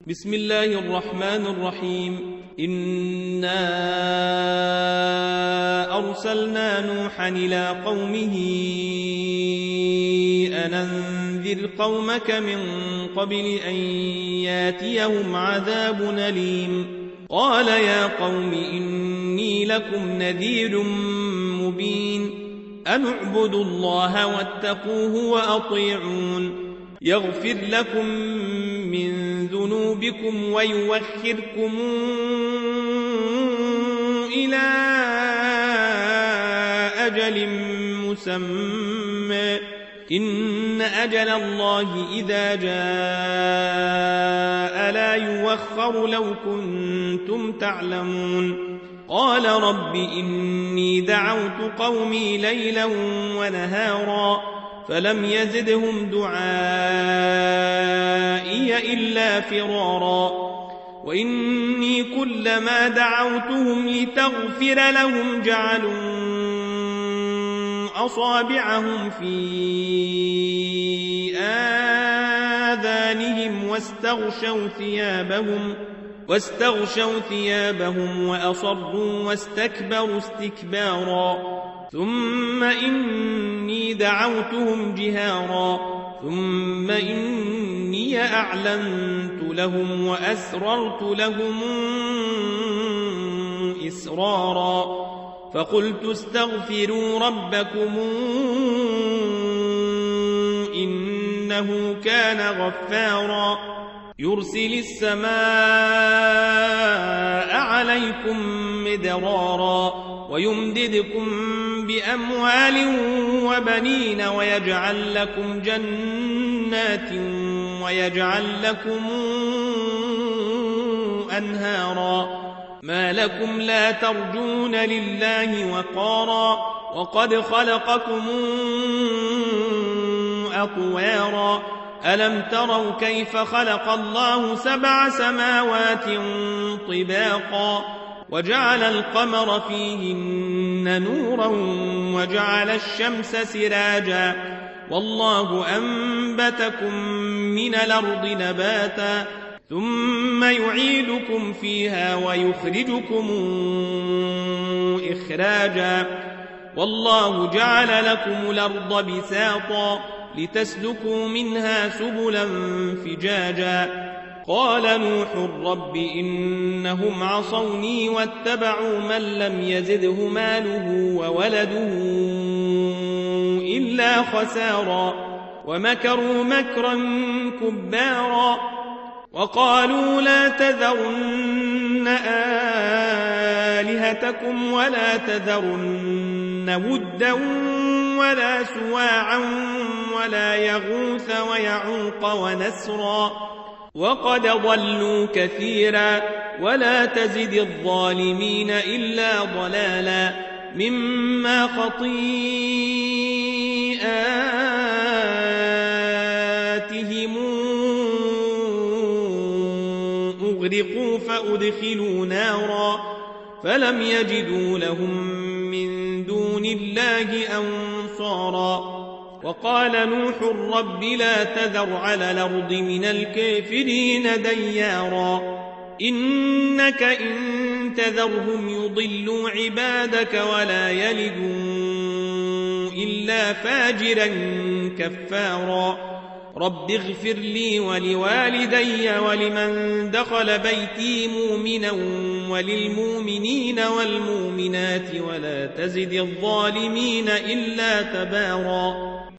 بسم الله الرحمن الرحيم. إنا أرسلنا نوحا إلى قومه أن أنذر قومك من قبل أن ياتيهم عذاب أليم. قال يا قوم إني لكم نذير مبين. أن اعبدوا الله واتقوه وأطيعون يغفر لكم من ذنوبكم ويوخركم إلى أجل مسمى إن أجل الله إذا جاء لا يوخر لو كنتم تعلمون. قال رب إني دعوت قومي ليلا ونهارا فلم يزدهم دعائي إلا فرارا. وإني كلما دعوتهم لتغفر لهم جعلوا أصابعهم في آذانهم واستغشوا ثيابهم وأصروا واستكبروا استكبارا. ثم إني دعوتهم جهارا ثم إني أعلنت لهم وأسررت لهم إسرارا. فقلت استغفروا ربكم إنه كان غفارا يرسل السماء عليكم مدرارا ويمددكم بأموال وبنين ويجعل لكم جنات ويجعل لكم أنهارا. ما لكم لا ترجون لله وقارا وقد خلقكم أطوارا. ألم تروا كيف خلق الله 7 سماوات طباقا وجعل القمر فيهن نورا وجعل الشمس سراجا والله أنبتكم من الأرض نباتا ثم يعيدكم فيها ويخرجكم إخراجا. والله جعل لكم الأرض بساطا لتسلكوا منها سبلا فجاجا. قال نوح رب إنهم عصوني واتبعوا من لم يزده ماله وولده إلا خسارا ومكروا مكرا كبارا. وقالوا لا تذرن آلهتكم ولا تذرن ودا ولا سواعا ولا يغوث ويعوق ونسرا وقد ضلوا كثيرا ولا تزد الظالمين إلا ضلالا مما خطيئاتهم أغرقوا فأدخلوا نارا فلم يجدوا لهم من دون الله أنصارا. وقال نوح رب لا تذر على الأرض من الكافرين ديارا إنك إن تذرهم يضلوا عبادك ولا يلدوا إلا فاجرا كفارا. رب اغفر لي ولوالدي ولمن دخل بيتي مؤمنا وللمؤمنين والمؤمنات ولا تزد الظالمين إلا تبارا.